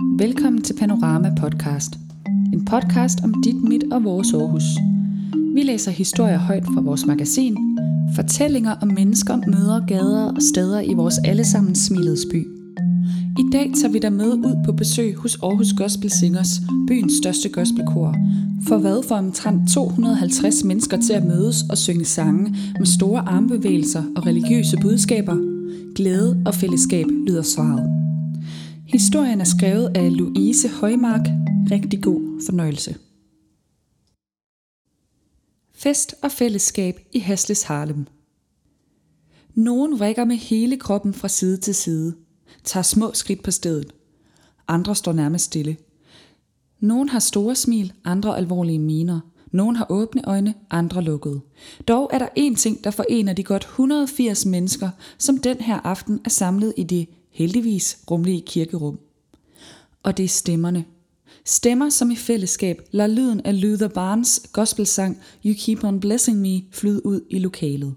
Velkommen til Panorama Podcast. En podcast om dit, mit og vores Aarhus. Vi læser historier højt fra vores magasin, fortællinger om mennesker, møder, gader og steder i vores allesammens Smilets by. I dag tager vi dig med ud på besøg hos Aarhus Gospel Singers, byens største gospelkor. For hvad får omtrent 250 mennesker til at mødes og synge sange med store armbevægelser og religiøse budskaber? Glæde og fællesskab lyder svaret. Historien er skrevet af Louise Højmark. Rigtig god fornøjelse. Fest og fællesskab i Hasles Harlem. Nogen vrikker med hele kroppen fra side til side, tager små skridt på stedet. Andre står nærmest stille. Nogen har store smil, andre alvorlige miner. Nogen har åbne øjne, andre lukkede. Dog er der én ting, der forener de godt 180 mennesker, som den her aften er samlet i det heldigvis rummelige kirkerum. Og det er stemmerne. Stemmer, som i fællesskab lader lyden af Luther Barnes gospelsang You Keep On Blessing Me flyde ud i lokalet.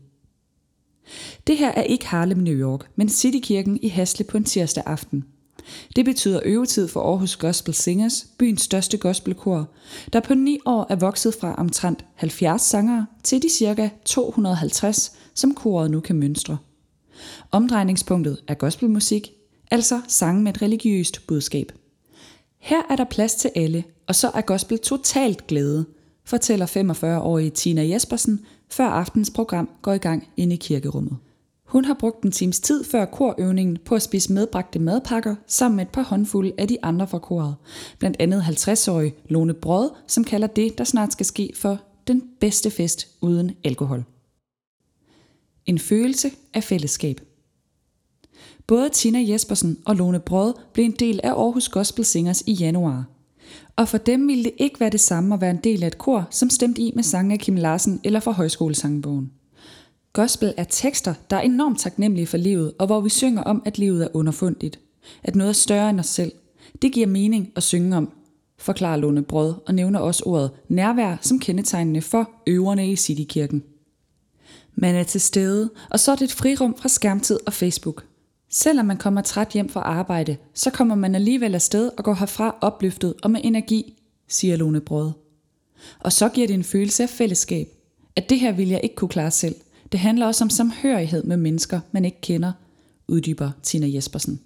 Det her er ikke Harlem, New York, men Citykirken i Hasle på en tirsdag aften. Det betyder øvetid for Aarhus Gospel Singers, byens største gospelkor, der på 9 år er vokset fra omtrent 70 sangere til de ca. 250, som koret nu kan mønstre. Omdrejningspunktet er gospelmusik, altså sange med et religiøst budskab. Her er der plads til alle, og så er gospel totalt glæde, fortæller 45-årige Tina Jespersen, før aftens program går i gang inde i kirkerummet. Hun har brugt en times tid før korøvningen på at spise medbragte madpakker sammen med et par håndfulde af de andre fra koret. Blandt andet 50-årige Lone Brod, som kalder det, der snart skal ske, for den bedste fest uden alkohol. En følelse af fællesskab. Både Tina Jespersen og Lone Brod blev en del af Aarhus Gospel Singers i januar. Og for dem ville det ikke være det samme at være en del af et kor, som stemte i med sange af Kim Larsen eller fra Højskolesangbogen. Gospel er tekster, der er enormt taknemmelige for livet, og hvor vi synger om, at livet er underfundigt. At noget er større end os selv. Det giver mening at synge om, forklarer Lone Brod og nævner også ordet nærvær som kendetegnende for øverne i Citykirken. Man er til stede, og så er det et frirum fra skærmtid og Facebook. Selvom man kommer træt hjem fra arbejde, så kommer man alligevel afsted og går herfra opløftet og med energi, siger Lone Brod. Og så giver det en følelse af fællesskab. At det her vil jeg ikke kunne klare selv. Det handler også om samhørighed med mennesker, man ikke kender, uddyber Tina Jespersen.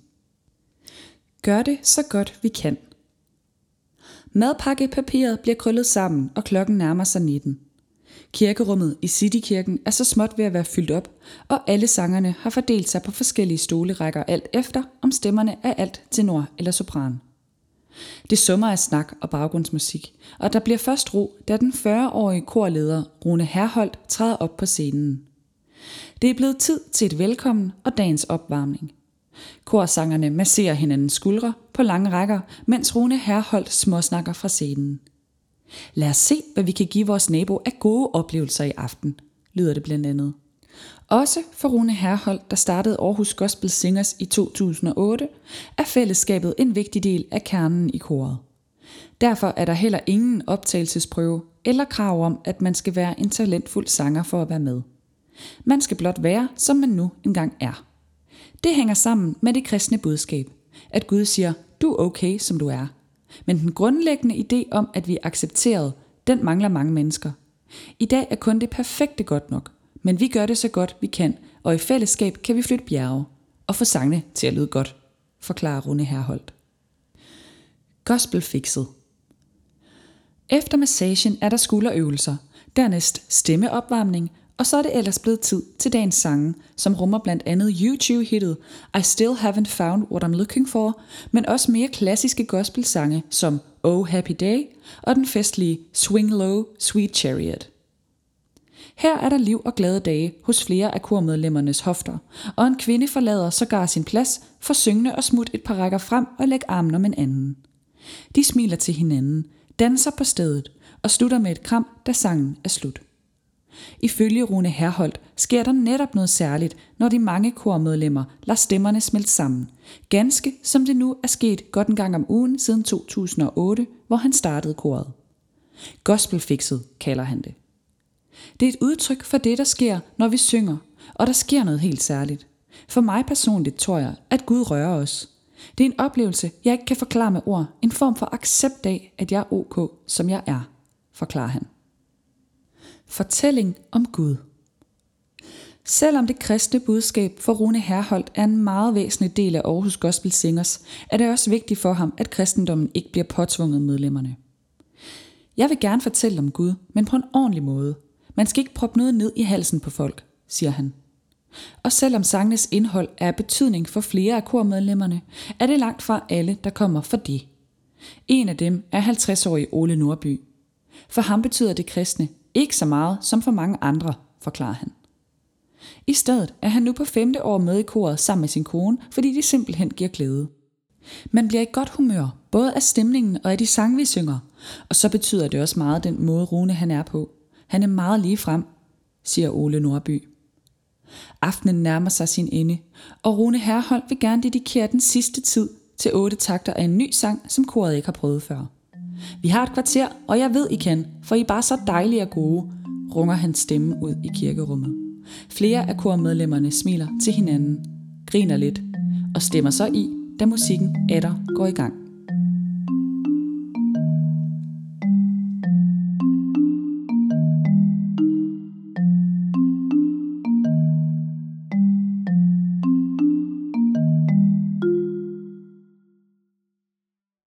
Gør det så godt vi kan. Madpakkepapiret bliver krøllet sammen, og klokken nærmer sig 19. Kirkerummet i Citykirken er så småt ved at være fyldt op, og alle sangerne har fordelt sig på forskellige stolerækker alt efter, om stemmerne er alt tenor eller sopran. Det summer af snak og baggrundsmusik, og der bliver først ro, da den 40-årige korleder Rune Herholdt træder op på scenen. Det er blevet tid til et velkommen og dagens opvarmning. Korsangerne masserer hinandens skuldre på lange rækker, mens Rune Herholdt småsnakker fra scenen. Lad os se, hvad vi kan give vores nabo af gode oplevelser i aften, lyder det blandt andet. Også for Rune Herholdt, der startede Aarhus Gospel Singers i 2008, er fællesskabet en vigtig del af kernen i koret. Derfor er der heller ingen optagelsesprøve eller krav om, at man skal være en talentfuld sanger for at være med. Man skal blot være, som man nu engang er. Det hænger sammen med det kristne budskab, at Gud siger, du er okay, som du er. Men den grundlæggende idé om, at vi er accepteret, den mangler mange mennesker. I dag er kun det perfekte godt nok, men vi gør det så godt vi kan, og i fællesskab kan vi flytte bjerge og få sangene til at lyde godt, forklarer Rune Herholdt. Gospelfixet. Efter massagen er der skulderøvelser, dernæst stemmeopvarmning, og så er det ellers blevet tid til dagens sange, som rummer blandt andet U2-hittet I Still Haven't Found What I'm Looking For, men også mere klassiske gospelsange som Oh Happy Day og den festlige Swing Low, Sweet Chariot. Her er der liv og glade dage hos flere af kormedlemmernes hofter, og en kvinde forlader sågar sin plads for syngende og smut et par rækker frem og lægge armen om en anden. De smiler til hinanden, danser på stedet og slutter med et kram, da sangen er slut. Ifølge Rune Herholdt sker der netop noget særligt, når de mange kormedlemmer lader stemmerne smelte sammen. Ganske som det nu er sket godt en gang om ugen siden 2008, hvor han startede koret. Gospelfixet kalder han det. Det er et udtryk for det, der sker, når vi synger, og der sker noget helt særligt. For mig personligt tror jeg, at Gud rører os. Det er en oplevelse, jeg ikke kan forklare med ord. En form for accept af, at jeg er ok, som jeg er, forklarer han. Fortælling om Gud. Selvom det kristne budskab for Rune Herholdt er en meget væsentlig del af Aarhus Gospel Singers, er det også vigtigt for ham, at kristendommen ikke bliver påtvunget medlemmerne. Jeg vil gerne fortælle om Gud, men på en ordentlig måde. Man skal ikke proppe noget ned i halsen på folk, siger han. Og selvom sangenes indhold er af betydning for flere af kormedlemmerne, er det langt fra alle, der kommer for det. En af dem er 50-årige Ole Nordby. For ham betyder det kristne ikke så meget som for mange andre, forklarer han. I stedet er han nu på 5. år med i koret sammen med sin kone, fordi det simpelthen giver glæde. Man bliver i godt humør, både af stemningen og af de sange, vi synger, og så betyder det også meget den måde Rune han er på. Han er meget lige frem, siger Ole Nordby. Aftenen nærmer sig sin ende, og Rune Herholdt vil gerne dedikere den sidste tid til 8 takter af en ny sang, som koret ikke har prøvet før. Vi har et kvarter, og jeg ved I kan, for I er bare så dejlige og gode, runger hans stemme ud i kirkerummet. Flere af kormedlemmerne smiler til hinanden, griner lidt og stemmer så i, da musikken atter går i gang.